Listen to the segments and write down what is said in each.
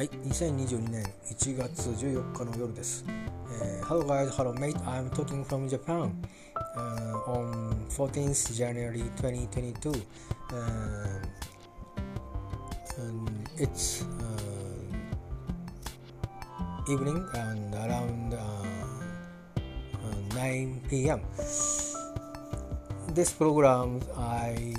はい、2022年1月14日の夜です。Hello guys, hello mate, I'm talking from Japan、on 14th January 2022、It's evening and around 9 p.m. This program I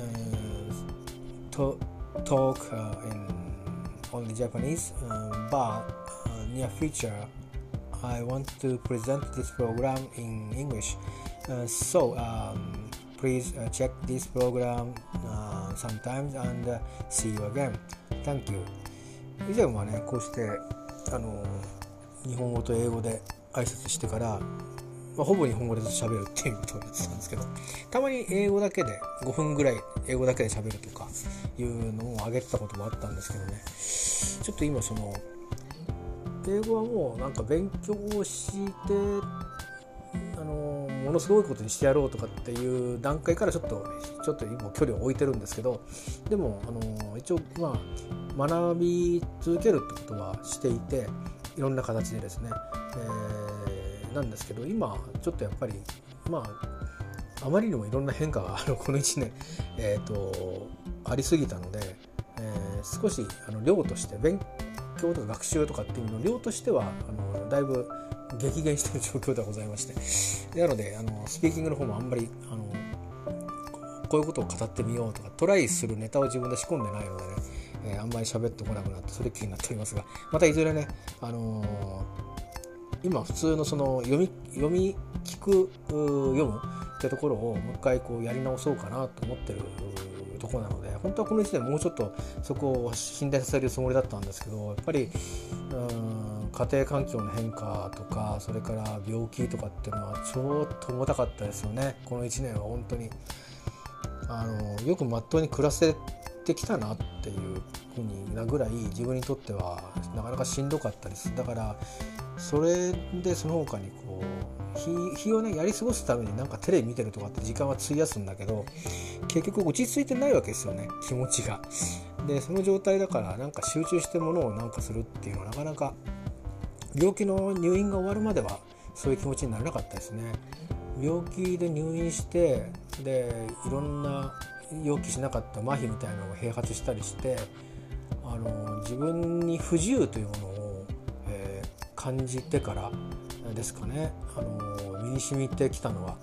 talk in only Japanese, but near future I want to present this program in English. So please check this program sometimes and see you again. Thank you. 以前はね、こうして日本語と英語で挨拶してから、ほぼ日本語で喋るっていうことをやってたんですけど、たまに英語だけで5分ぐらい英語だけで喋るとかいうのを上げてたこともあったんですけどね、ちょっと今英語はもうなんか勉強をしてものすごいことにしてやろうとかっていう段階からちょっと今距離を置いてるんですけど、でも一応学び続けるってことはしていて、いろんな形でですね、なんですけど、今ちょっとやっぱりあまりにもいろんな変化がこの1年、ありすぎたので、少し量として勉強とか学習とかっていうの量としてはだいぶ激減している状況ではございまして、なのでスピーキングの方もあんまりこういうことを語ってみようとかトライするネタを自分で仕込んでないのでね、あんまり喋ってこなくなってそれっきりになっておりますが、またいずれね、今普通の読み聞く読むってところをもう一回やり直そうかなと思ってるところなので、本当はこの1年もうちょっとそこを信頼させるつもりだったんですけど、やっぱり家庭環境の変化とか、それから病気とかっていうのはちょっと重たかったですよね。この1年は本当によくまっとうに暮らせてきたなっていうふうになぐらい自分にとってはなかなかしんどかったです。だからそれでその他に日をねやり過ごすためになんかテレビ見てるとかって時間は費やすんだけど、結局落ち着いてないわけですよね、気持ちが。でその状態だからなんか集中してものをなんかするっていうのはなかなか病気の入院が終わるまではそういう気持ちにならなかったですね。病気で入院してでいろんな予期しなかった麻痺みたいなのが併発したりして、自分に不自由というものを、感じてからですかね、身に染みてきたのは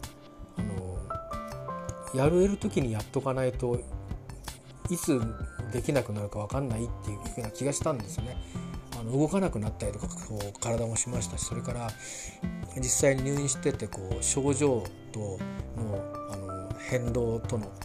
やれる時にやっとかないといつできなくなるか分かんないっていうふうな気がしたんですよね。動かなくなったりとか体もしましたし、それから実際に入院してて症状との変動との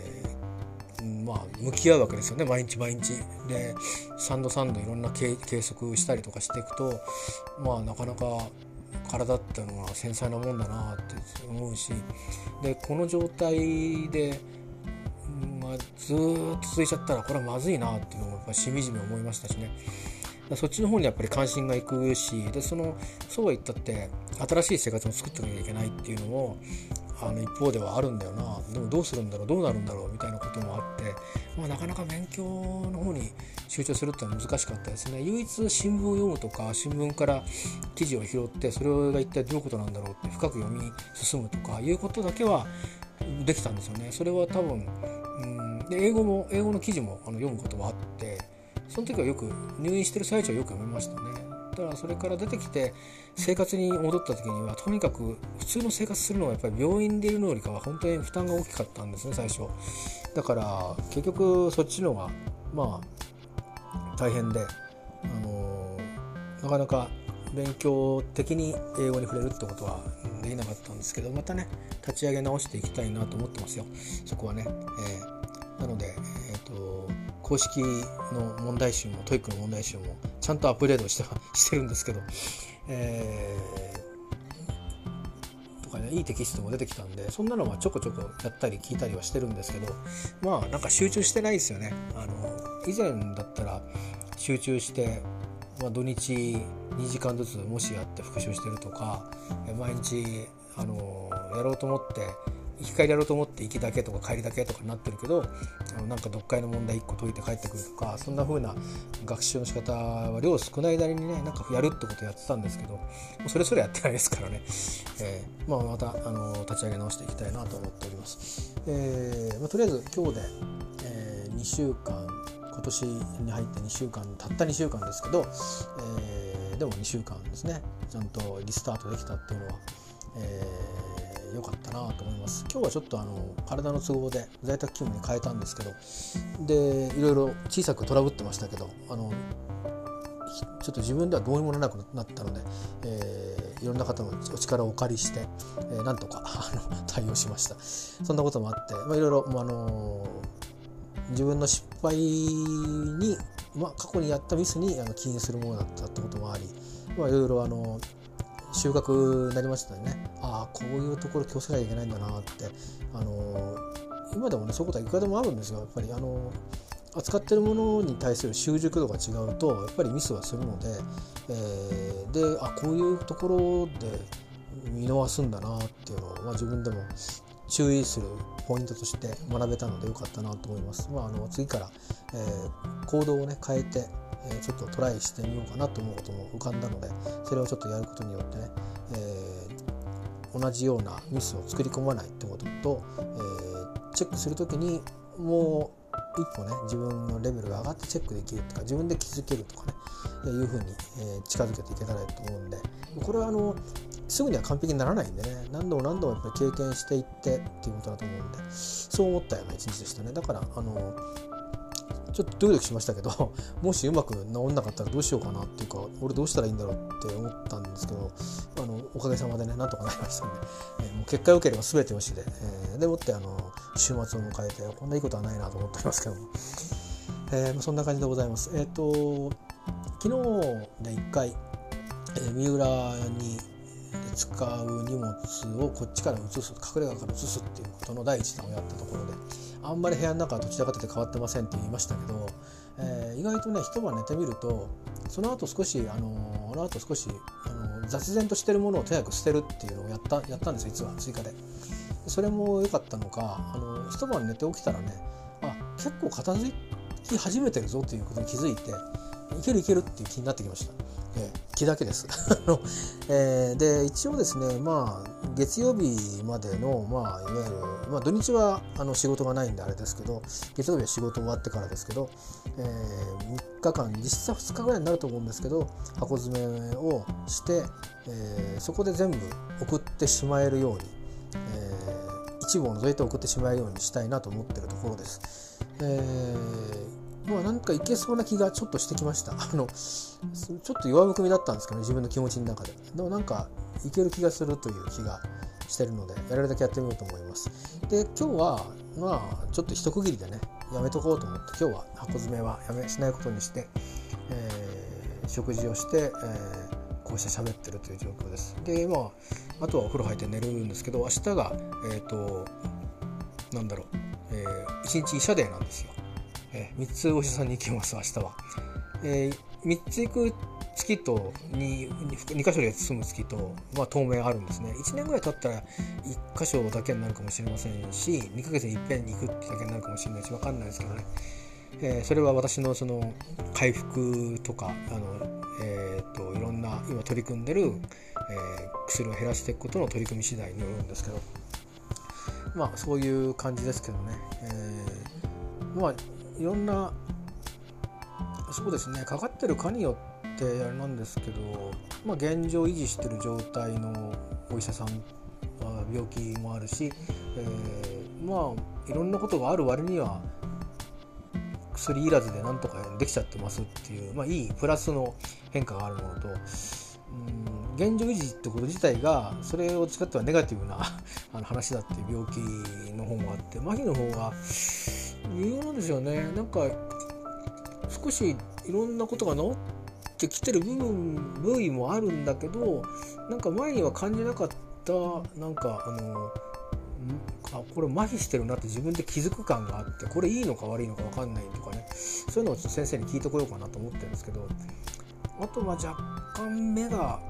向き合うわけですよね、毎日で3度3度いろんな計測したりとかしていくと、なかなか体っていうのは繊細なもんだなって思うし、でこの状態で、ずっと続いちゃったらこれはまずいなっていうのをやっぱしみじみ思いましたしね。そっちの方にやっぱり関心がいくし、でそうは言ったって新しい生活を作っていかなきゃいけないっていうのも一方ではあるんだよな。でもどうするんだろう、どうなるんだろうみたいなこともあって、なかなか勉強の方に集中するってのは難しかったですね。唯一新聞を読むとか新聞から記事を拾ってそれが一体どういうことなんだろうって深く読み進むとかいうことだけはできたんですよね。それは多分で英語の記事も読むことはあって、その時はよく入院してる最中はよく読みましたね。だからそれから出てきて生活に戻った時にはとにかく普通の生活するのはやっぱり病院でいるのよりかは本当に負担が大きかったんですね、最初。だから結局そっちのが大変で、なかなか勉強的に英語に触れるってことはできなかったんですけど、またね立ち上げ直していきたいなと思ってますよ、そこはね。なので、公式の問題集もトイックの問題集もちゃんとアップデートしてるんですけど、とかね、いいテキストも出てきたんで、そんなのはちょこちょこやったり聞いたりはしてるんですけど、なんか集中してないですよね。以前だったら集中して、土日2時間ずつもしやって復習してるとか、毎日やろうと思って行き帰りやろうと思って行きだけとか帰りだけとかになってるけど、なんか読解の問題1個解いて帰ってくるとか、そんな風な学習の仕方は量少ないなりにね、なんかやるってことやってたんですけど、それそれやってないですからね、また立ち上げ直していきたいなと思っております。とりあえず今日で、2週間、今年に入って2週間、たった2週間ですけど、でも2週間ですね、ちゃんとリスタートできたっていうのは、良かったなと思います。今日はちょっと体の都合で在宅勤務に変えたんですけど、でいろいろ小さくトラブってましたけど、ちょっと自分ではどうにもならなくなったので、いろんな方のお力をお借りして、なんとか対応しました。そんなこともあって、いろいろ自分の失敗に、過去にやったミスに起因するものだったってこともあり、いろいろ収穫になりましたね。こういうところ気をつけなきゃいけないんだなって、今でもね、そういうことはいくらでもあるんですよ。やっぱり扱ってるものに対する習熟度が違うとやっぱりミスはするので、こういうところで見逃すんだなっていうのを、自分でも注意するポイントとして学べたのでよかったなと思います。次から、行動をね変えて、ちょっとトライしてみようかなと思うことも浮かんだので、それをちょっとやることによってね、同じようなミスを作り込まないってことと、チェックするときにもう一歩ね、自分のレベルが上がってチェックできるとか、自分で気づけるとかね、いうふうに、近づけていけたらと思うんで、これはすぐには完璧にならないんでね、何度も何度もやっぱり経験していってっていうことだと思うんで、そう思ったような一日でしたね。だからちょっとドキドキしましたけど、もしうまく治んなかったらどうしようかなっていうか、俺どうしたらいいんだろうって思ったんですけど、おかげさまでね、なんとかなりましたんで、もう結果良ければ全てよしで、でもって週末を迎えて、こんないいことはないなと思っておりますけども、そんな感じでございます。昨日で1回、三浦に使う荷物をこっちから移す、隠れ家から移すっていうことの第一弾をやったところで、あんまり部屋の中はどちらかというと変わってませんって言いましたけど、意外とね、一晩寝てみると、その後少し雑然としてるものをとにかく捨てるっていうのをやったんですよ、実は追加で。それも良かったのか、一晩寝て起きたらね、結構片付き始めてるぞということに気づいて、いけるっていう気になってきました。気だけですで一応ですね、月曜日までの、いわゆる、土日は仕事がないんであれですけど、月曜日は仕事終わってからですけど、3日間、実際2日ぐらいになると思うんですけど、箱詰めをして、そこで全部送ってしまえるように、一部を除いて送ってしまえるようにしたいなと思っているところです。なんかいけそうな気がちょっとしてきました。ちょっと弱含みだったんですけどね、自分の気持ちの中で。でもなんかいける気がするという気がしてるので、やれるだけやってみようと思います。で、今日はちょっと一区切りでね、やめとこうと思って、今日は箱詰めはしないことにして、食事をして、こうして喋ってるという状況です。で、あとはお風呂入って寝るんですけど、明日が一日医者デーなんですよ。3つお医者さんに行きます、明日は。3つ行く月と 2箇所で済む月と、当面あるんですね。1年ぐらい経ったら1箇所だけになるかもしれませんし、2ヶ月に一遍に行くってだけになるかもしれないし、分かんないですけどね。それは私のその回復とかいろんな今取り組んでる、薬を減らしていくことの取り組み次第によるんですけど、そういう感じですけどね。いろんな、そうですね、かかってるかによってあれなんですけど、現状維持してる状態のお医者さんは病気もあるし、いろんなことがある割には薬いらずでなんとかできちゃってますっていう、いいプラスの変化があるものと、現状維持ってこと自体がそれを使ってはネガティブな話だっていう病気の方もあって、麻痺の方は微妙なんですよね。なんか少しいろんなことが治ってきてる部位もあるんだけど、なんか前には感じなかったなんかこれ麻痺してるなって自分で気づく感があって、これいいのか悪いのか分かんないとかね、そういうのをちょっと先生に聞いてこようかなと思ってるんですけど、あと若干目が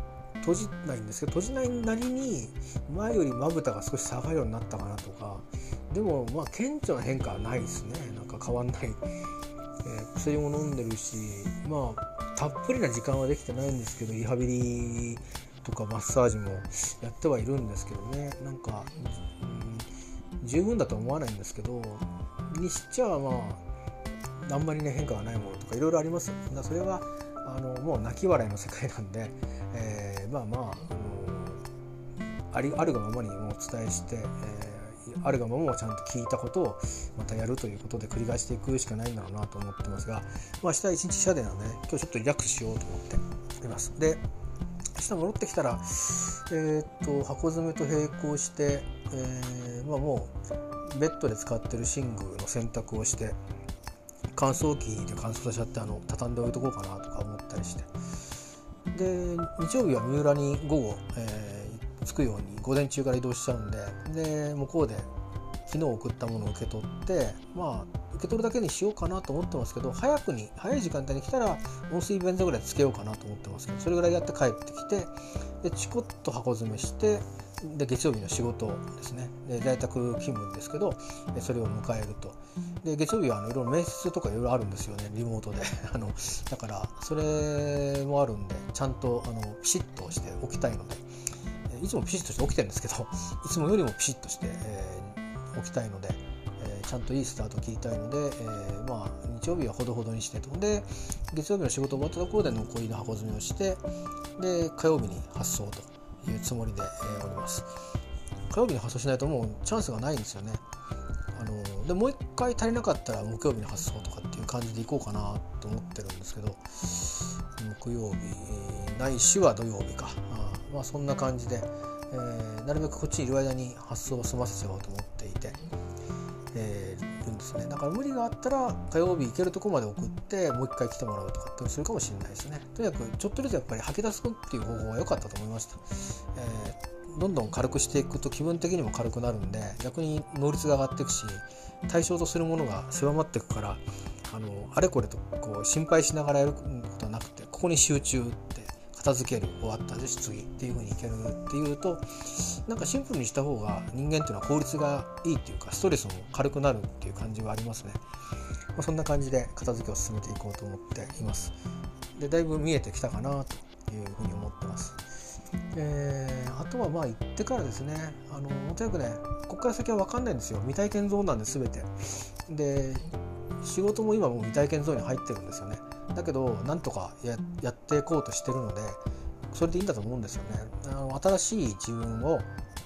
閉じないんですけど、閉じないなりに前よりまぶたが少し下がるようになったかなとか、でもまあ顕著な変化はないですね。なんか変わんない、薬も飲んでるし、まあたっぷりな時間はできてないんですけど、リハビリとかマッサージもやってはいるんですけどね、なんか、十分だとは思わないんですけど、にしちゃまああんまりね変化がないものとかいろいろあります。だそれはもう泣き笑いの世界なんで、まあまあ、あるがままにもお伝えして、あるがままをちゃんと聞いたことをまたやるということで繰り返していくしかないんだろうなと思ってますが、まあ、明日一日社ではね、今日ちょっとリラックスしようと思っています。で、明日戻ってきたら、箱詰めと並行して、まあ、もうベッドで使ってる寝具の洗濯をして乾燥機で乾燥させちゃって畳んでおいとこうかなとか思ったりして、で日曜日は三浦に午後、着くように午前中から移動しちゃうんで、向こうで昨日送ったものを受け取って、まあ受け取るだけにしようかなと思ってますけど、早い時間帯に来たら温水便座ぐらいつけようかなと思ってますけど、それぐらいやって帰ってきて、でチコッと箱詰めして、で月曜日の仕事ですね、で在宅勤務ですけど、それを迎えると。で月曜日はいろいろ面接とかいろいろあるんですよね、リモートでだからそれもあるんで、ちゃんとピシッとしておきたいので、いつもピシッとして起きてるんですけど、いつもよりもピシッとして、起きたいので、ちゃんといいスタートを切りたいので、まあ日曜日はほどほどにしてと。で月曜日の仕事終わったところで残りの箱詰めをして、で火曜日に発送というつもりで、おります。火曜日に発送しないともうチャンスがないんですよね。でもう一回足りなかったら木曜日に発送とかっていう感じでいこうかなと思ってるんですけど、木曜日ないしは土曜日か、まあそんな感じで、なるべくこっちにいる間に発送を済ませちゃおうと思っていて、るんですね。だから無理があったら火曜日行けるところまで送ってもう一回来てもらうとかってするかもしれないですね。とにかくちょっとずつやっぱり吐き出すっていう方法は良かったと思いました。どんどん軽くしていくと気分的にも軽くなるんで、逆に能率が上がっていくし、対象とするものが狭まっていくから、あれこれとこう心配しながらやることはなくて、ここに集中って片付ける、終わったです次っていう風にいけるっていうと、なんかシンプルにした方が人間っていうのは効率がいいっていうか、ストレスも軽くなるっていう感じはありますね。そんな感じで片付けを進めていこうと思っています。でだいぶ見えてきたかなというふうに思ってます。あとはまあ行ってからですね、とにかくね、ここから先は分かんないんですよ。未体験ゾーンなんで全てで、仕事も今もう未体験ゾーンに入ってるんですよね。だけどなんとか やっていこうとしてるので、それでいいんだと思うんですよね。新しい自分を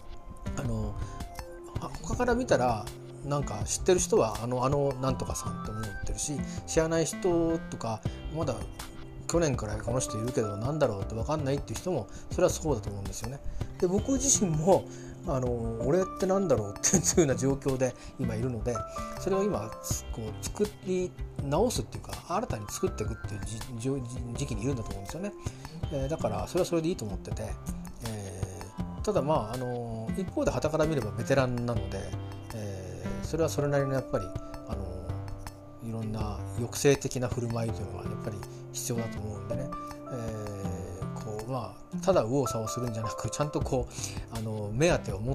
他から見たらなんか知ってる人はなんとかさんって思ってるし、知らない人とかまだ去年からこの人いるけどなんだろうって分かんないっていう人もそれはそうだと思うんですよね。で僕自身も俺ってなんだろうっていうような状況で今いるので、それを今こう作り直すっていうか新たに作っていくっていう時期にいるんだと思うんですよね。だからそれはそれでいいと思ってて、ただまあ一方で傍から見ればベテランなので、それはそれなりのやっぱりいろんな抑制的な振る舞いというのはやっぱり必要だと思うんでね、こうまあただ右往左往するんじゃなく、ちゃんとこう目当てを持って、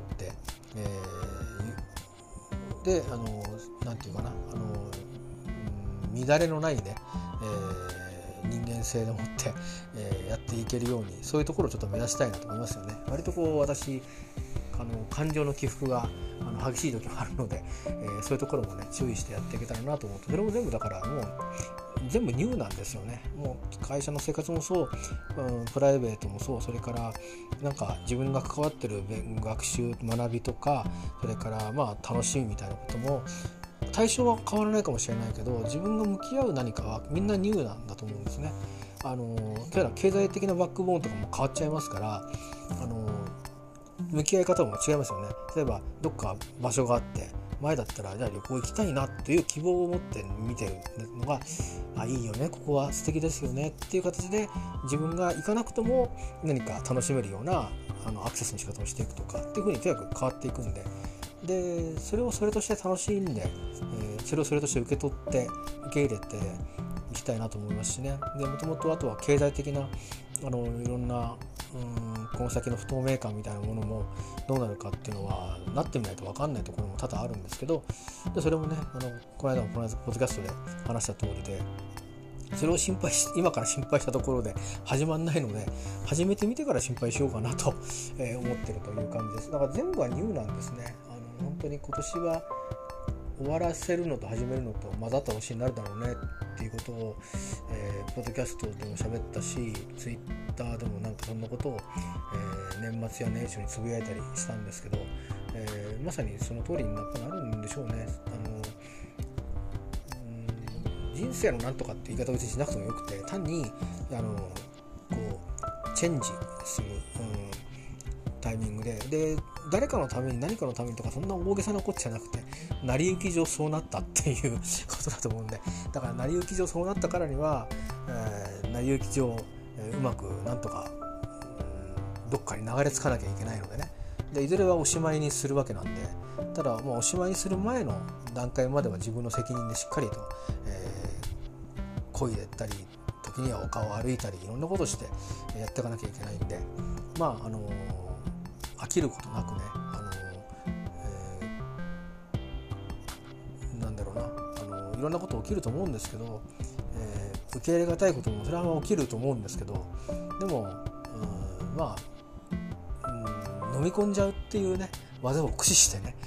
でなんていうかな乱れのないね、人間性でもって、やっていけるように、そういうところをちょっと目指したいなと思いますよね。割とこう私感情の起伏が激しい時もあるので、そういうところもね注意してやっていけたらなと思うと、それも全部だからもう全部ニューなんですよね。もう会社の生活もそう、プライベートもそう、それからなんか自分が関わってる学習学びとか、それからまあ楽しみみたいなことも対象は変わらないかもしれないけど、自分が向き合う何かはみんなニューなんだと思うんですね。経済的なバックボーンとかも変わっちゃいますから、向き合い方も違いますよね。例えばどっか場所があって、前だったらじゃあ旅行行きたいなっていう希望を持って見てるのが、いいよね、ここは素敵ですよねっていう形で、自分が行かなくても何か楽しめるようなアクセスの仕方をしていくとかっていう風にとにかく変わっていくんで、それをそれとして楽しんで、それをそれとして受け取って受け入れていきたいなと思いますしね。でもともとあとは経済的ないろんなこの先の不透明感みたいなものもどうなるかっていうのはなってみないと分かんないところも多々あるんですけど、でそれもねこの間ポッドキャストで話した通りで、それを今から心配したところで始まんないので、始めてみてから心配しようかなと思ってるという感じです。だから全部はニューなんですね。本当に今年は終わらせるのと始めるのと混ざった年になるだろうねっていうことを、ポッドキャストでも喋ったし、ツイッターでもなんかそんなことを、年末や年初につぶやいたりしたんですけど、まさにその通りになるんでしょうね。人生のなんとかって言い方を別にしなくてもよくて、単にこうチェンジする、タイミングで誰かのために何かのためにとか、そんな大げさなことじゃなくて、成り行き上そうなったっていうことだと思うんで、だから成り行き上そうなったからには、成り行き上、うまくなんとか、どっかに流れ着かなきゃいけないのでね。でいずれはおしまいにするわけなんで、ただもうおしまいにする前の段階までは自分の責任でしっかりと、漕いでったり、時には丘を歩いたり、いろんなことをしてやっていかなきゃいけないんで、飽きることなくね、なんだろうな、いろんなこと起きると思うんですけど、受け入れがたいこともそれは起きると思うんですけど、でも飲み込んじゃうっていうね技を駆使してね、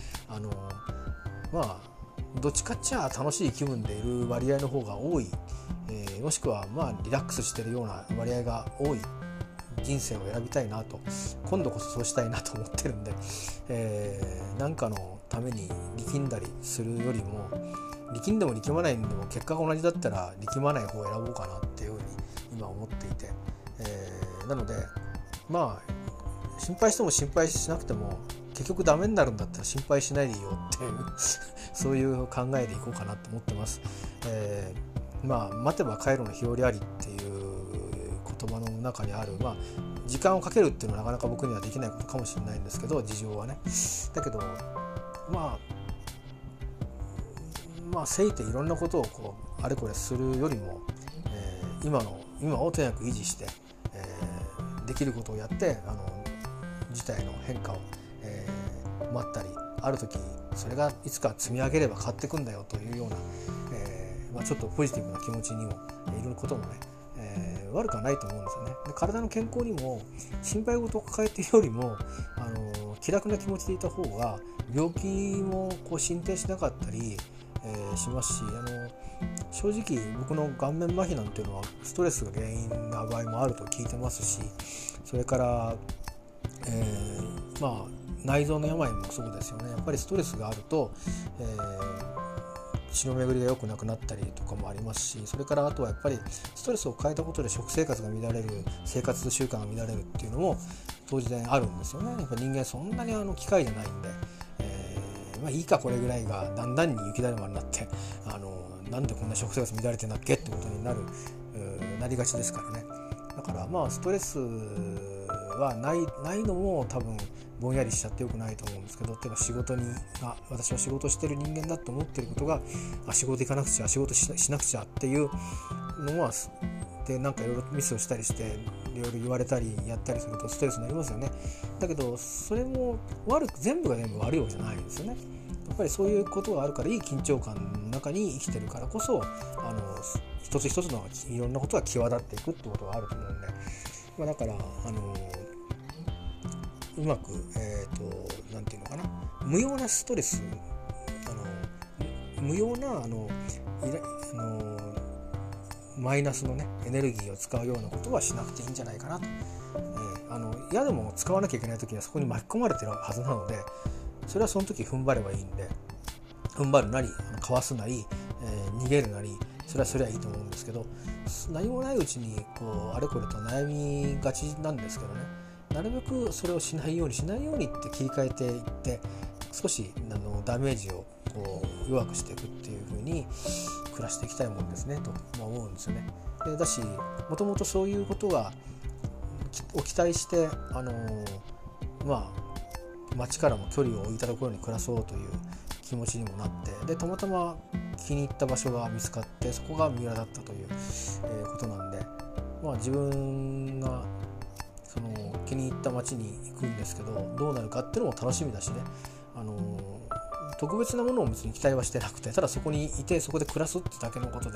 どっちかっちゃ楽しい気分でいる割合の方が多い、もしくはリラックスしてるような割合が多い人生を選びたいなと、今度こそそうしたいなと思ってるんで、何かのために力んだりするよりも、力んでも力まないんでも結果が同じだったら力まない方を選ぼうかなっていうふうに今思っていて、なので心配しても心配しなくても結局ダメになるんだったら心配しないでいいよっていうそういう考えでいこうかなと思ってます。待てば帰るの日和ありっていう言葉の中にある、時間をかけるっていうのはなかなか僕にはできないことかもしれないんですけど、事情はね。だけどせいていろんなことをあれこれするよりも、今をとにかく維持して、できることをやって事態の変化を、待ったり、ある時それがいつか積み上げれば変わっていくんだよというような、ちょっとポジティブな気持ちにもいることもね、悪くはないと思うんですよね。で体の健康にも心配事を抱えているよりも気楽な気持ちでいた方が病気も進展しなかったり、しますし、正直僕の顔面麻痺なんていうのはストレスが原因な場合もあると聞いてますし、それから、内臓の病もそうですよね。やっぱりストレスがあると、血の巡りが良くなくなったりとかもありますし、それからあとはやっぱりストレスを変えたことで食生活が乱れる、生活習慣が乱れるっていうのも当然あるんですよね。やっぱ人間そんなに機械じゃないんで、いいかこれぐらいがだんだんに雪だるまになって、なんでこんな食生活乱れてんだっけってことになりがちですからね。だからストレスはないのも多分ぼんやりしちゃってよくないと思うんですけど、例えば私は仕事してる人間だと思ってることが、仕事行かなくちゃ、仕事 しなくちゃっていうのはで、なんかいろいろミスをしたりしていろいろ言われたりやったりするとストレスになりますよね。だけどそれも全部が全部悪いわけじゃないんですよね。やっぱりそういうことがあるから、いい緊張感の中に生きてるからこそ一つ一つのいろんなことが際立っていくってことがあると思うんで、だからうまくなんていうのかな、無用なストレス、無用なマイナスのねエネルギーを使うようなことはしなくていいんじゃないかなと。嫌でも使わなきゃいけない時にはそこに巻き込まれてるはずなので、それはその時踏ん張ればいいんで、踏ん張るなりかわすなり、逃げるなり、それはいいと思うんですけど、何もないうちにあれこれと悩みがちなんですけどね、なるべくそれをしないようにって切り替えていって、少しダメージを弱くしていくっていう風に暮らしていきたいもんですねと思うんですよね。だし、もともとそういうことを期待して町からも距離を置いたところに暮らそうという気持ちにもなって、でたまたま気に入った場所が見つかって、そこが三浦だったという、ことなんで、 自分がその気に入った街に行くんですけど、どうなるかっていうのも楽しみだしね、特別なものを別に期待はしてなくて、ただそこにいてそこで暮らすってだけのことで、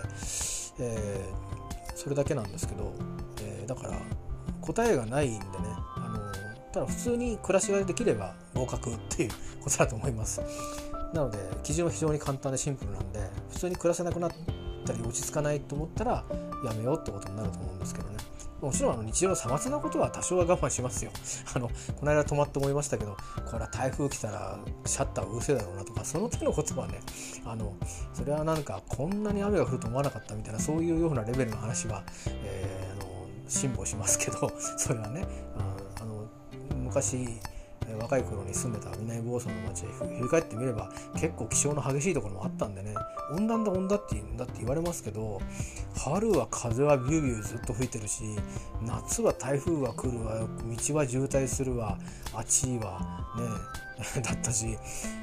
それだけなんですけど、だから答えがないんでね、ただ普通に暮らしができれば合格っていうことだと思います。なので基準は非常に簡単でシンプルなんで、普通に暮らせなくなったり落ち着かないと思ったらやめようってことになると思うんですけどね。もちろん日常のさまつなことは多少は我慢しますよ。この間止まって思いましたけど、これは台風来たらシャッターうるせえだろうなとか、その手のことはね、それはなんかこんなに雨が降ると思わなかったみたいな、そういうようなレベルの話は、辛抱しますけど、それはね、昔若い頃に住んでた南房総の町へ振り返ってみれば結構気象の激しいところもあったんでね、温暖だって言われますけど、春は風はビュービューずっと吹いてるし、夏は台風は来るわ、道は渋滞するわ、暑いわねだったし、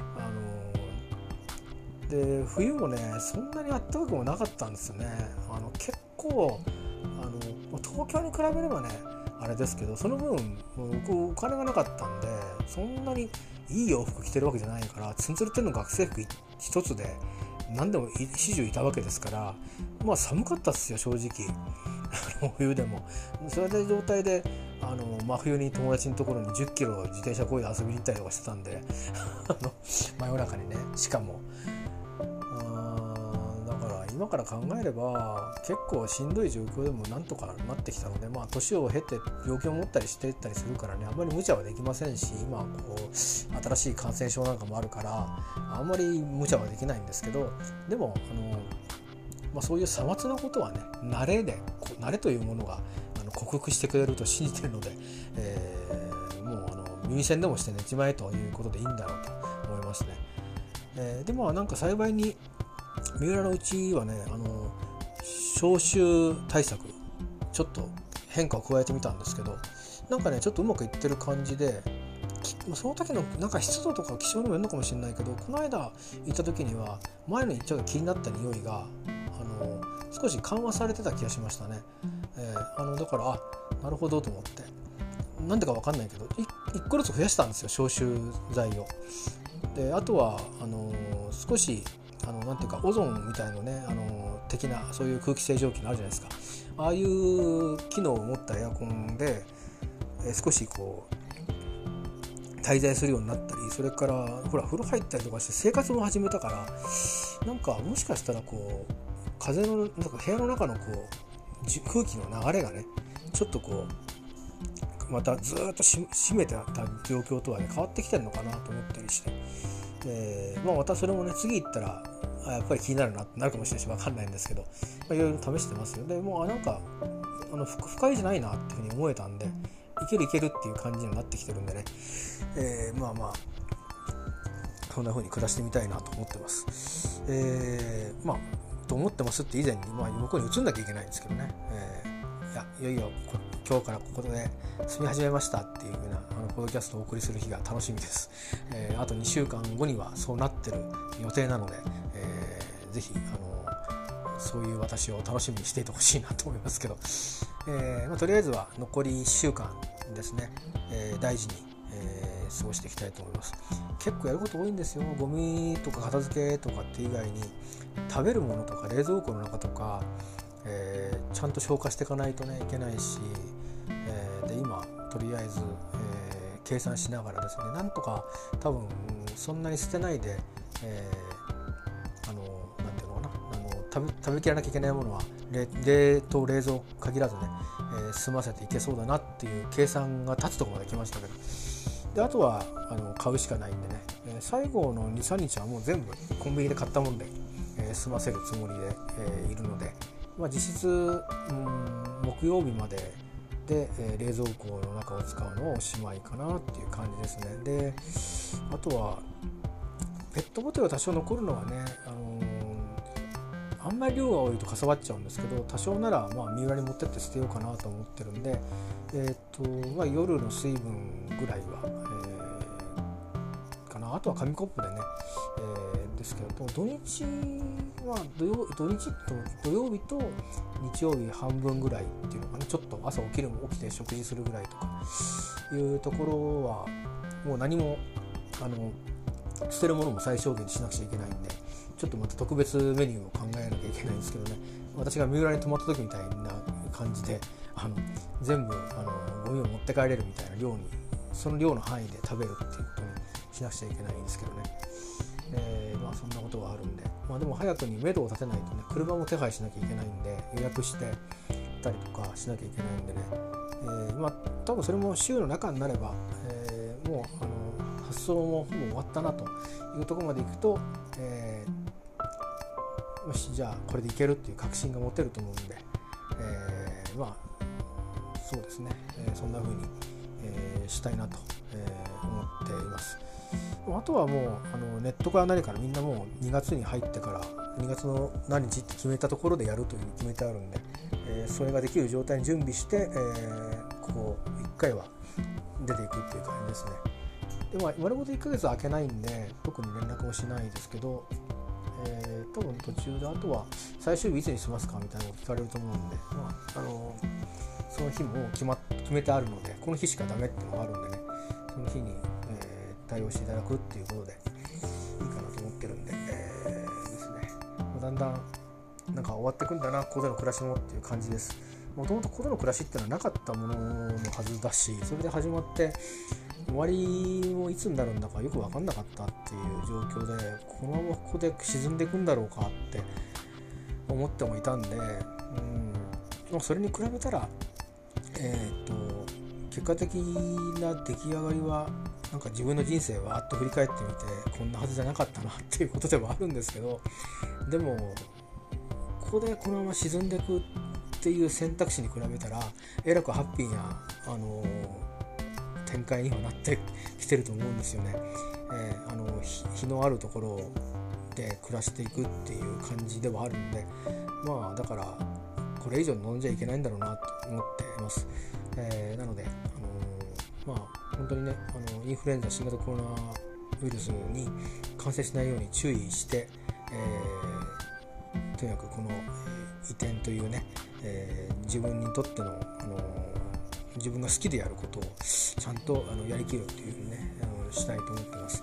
で冬もねそんなに暖かくもなかったんですよね。結構東京に比べればねあれですけど、その分僕お金がなかったんで、そんなにいい洋服着てるわけじゃないから、ツンツルテンの学生服一つで何でも始終いたわけですから、寒かったっすよ正直冬でも。それで状態で真冬に友達のところに10キロ自転車こいで遊びに行ったりとかしてたんで真夜中にね、しかもだから今から考えれば結構しんどい状況でもなんとかなってきたので、年を経て病気を持ったりしていったりするからね、あんまり無茶はできませんし、今こう新しい感染症なんかもあるからあんまり無茶はできないんですけど、でもそういうさまつなことはね、慣れというものが克服してくれると信じているので、もう耳栓でもして寝ちまえということでいいんだろうと思いますね。でもなんか幸いに三浦のうちはね、消臭対策ちょっと変化を加えてみたんですけど、なんかねちょっとうまくいってる感じで、その時のなんか湿度とか気象にもよるのかもしれないけど、この間行った時には前のちょっと気になった匂いが少し緩和されてた気がしましたね。だからなるほどと思って、なんでか分かんないけど1個ずつ増やしたんですよ、消臭剤を。であとは少しなんていうかオゾンみたいなね的なそういう空気清浄機のあるじゃないですか、ああいう機能を持ったエアコンで、少しこう滞在するようになったり、それからほら風呂入ったりとかして生活も始めたから、なんかもしかしたらこう風のなんか部屋の中のこう空気の流れがねちょっとこうまたずっと締めてあった状況とはね変わってきてるのかなと思ったりして、またそれもね次行ったらやっぱり気になるなってなるかもしれないし分かんないんですけど、いろいろ試してますよ。でもうなんか不快じゃないなっていうふうに思えたんで、いけるっていう感じになってきてるんでね、そんな風に暮らしてみたいなと思ってます。と思ってますって以前に、向こうに移んなきゃいけないんですけどね、いよいよ今日からここで住み始めましたっていう風なポッドキャストをお送りする日が楽しみです。あと2週間後にはそうなってる予定なので、ぜひそういう私を楽しみにしていてほしいなと思いますけど、とりあえずは残り1週間ですね、大事に、過ごしていきたいと思います。結構やること多いんですよ。ゴミとか片付けとかって以外に食べるものとか冷蔵庫の中とか、ちゃんと消化していかないとねいけないし、で今とりあえず、計算しながらですね、なんとか多分そんなに捨てないで、なんていうのかな、食べきらなきゃいけないものは冷凍冷蔵限らずね、済ませていけそうだなっていう計算が立つところまで来ましたけど、であとは買うしかないんでね、最後の 2,3 日はもう全部コンビニで買ったもんで、済ませるつもりで、いるので、実質、木曜日までで、冷蔵庫の中を使うのはおしまいかなっていう感じですね。であとはペットボトルが多少残るのはね、あんまり量が多いとかさばっちゃうんですけど、多少なら三浦に持ってって捨てようかなと思ってるんで、夜の水分ぐらいは、かな。あとは紙コップでね、 ですけど、土日は土曜日と日曜日半分ぐらいっていうのかな、ちょっと朝起きて食事するぐらいとかいうところはもう何も捨てるものも最小限にしなくちゃいけないんで、ちょっとまた特別メニューを考えなきゃいけないんですけどね、私が三浦に泊まった時みたいな感じで全部ゴミを持って帰れるみたいな量に、その量の範囲で食べるっていうことにしなくちゃいけないんですけどね、そんなことがあるんで、でも早くに目処を立てないとね、車も手配しなきゃいけないんで、予約してたりとかしなきゃいけないんでね、多分それも週の中になれば、もう発送もほぼ終わったなというところまでいくと、よしじゃあこれでいけるっていう確信が持てると思うんで、そうですね、そんな風に、したいなと、思っています。あとはもうネットから何からみんなもう2月に入ってから2月の何日って決めたところでやるというふうに決めてあるんで、それができる状態に準備して、ここ1回は出ていくっていう感じですね。で丸ごと1ヶ月空けないんで特に連絡もしないですけど、多分途中であとは最終日いつにしますかみたいなのを聞かれると思うんで、その日も決めてあるので、この日しかダメっていうのがあるんでね、その日に、対応していただくっていうことでいいかなと思ってるんで、ですね、だんだんなんか終わってくんだな、ここでの暮らしもっていう感じです。もともとここでの暮らしっていうのはなかったもののはずだし、それで始まって終わりもいつになるんだかよく分かんなかったっていう状況で、このままここで沈んでいくんだろうかって思ってもいたんで、それに比べたら、結果的な出来上がりはなんか自分の人生はあっと振り返ってみてこんなはずじゃなかったなっていうことではあるんですけど、でもここでこのまま沈んでいくっていう選択肢に比べたらえらくハッピーな、展開にはなってきてると思うんですよね。日のあるところで暮らしていくっていう感じではあるんで、だからこれ以上飲んじゃいけないんだろうなと思っています。なので、本当にね、インフルエンザ新型コロナウイルスに感染しないように注意して、とにかくこの移転というね、自分にとっての、自分が好きでやることをちゃんとやりきるというふうにね、したいと思ってます。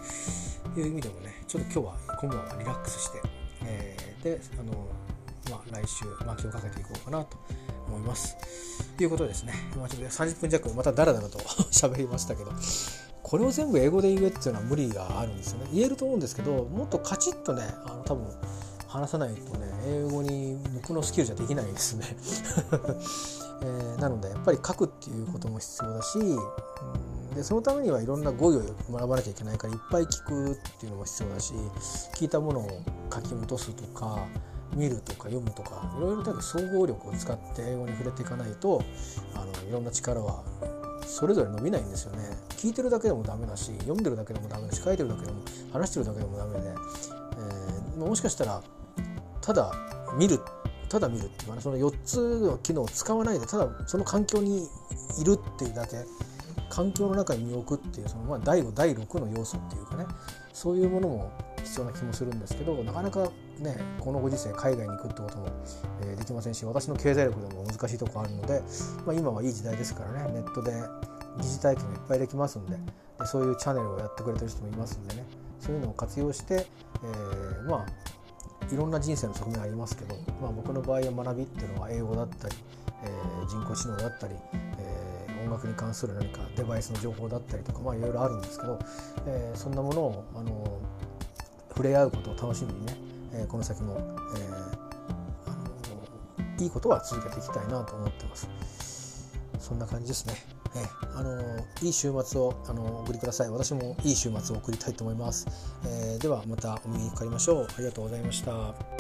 という意味でもね、ちょっと今晩はリラックスして、で来週気をかけていこうかなと思います。ということですね。ちょっと30分弱またダラダラと喋りましたけど、これを全部英語で言えっていうのは無理があるんですよね。言えると思うんですけど、もっとカチッとね、多分話さないとね、英語に向くのスキルじゃできないですね。なのでやっぱり書くっていうことも必要だし、でそのためにはいろんな語彙を学ばなきゃいけないからいっぱい聞くっていうのも必要だし、聞いたものを書き落とすとか見るとか読むとか、いろいろと総合力を使って英語に触れていかないといろんな力はそれぞれ伸びないんですよね。聞いてるだけでもダメだし、読んでるだけでもダメだし、書いてるだけでも話してるだけでもダメで、もしかしたらただ見るっていうかね、その4つの機能を使わないでただその環境にいるっていうだけ、環境の中に身を置くっていう、その第5第6の要素っていうかね、そういうものも必要な気もするんですけど、なかなかね、このご時世海外に行くってことも、できませんし、私の経済力でも難しいところあるので、今はいい時代ですからね、ネットで疑似体験がいっぱいできますんで、そういうチャンネルをやってくれてる人もいますんでね、そういうのを活用して、いろんな人生の側面ありますけど、僕の場合は学びっていうのは英語だったり、人工知能だったり、音楽に関する何かデバイスの情報だったりとか、いろいろあるんですけど、そんなものを触れ合うことを楽しみにね、この先も、いいことは続けていきたいなと思ってます。そんな感じですね。いい週末をお送りください。私もいい週末を送りたいと思います。ではまたお耳にかかりましょう。ありがとうございました。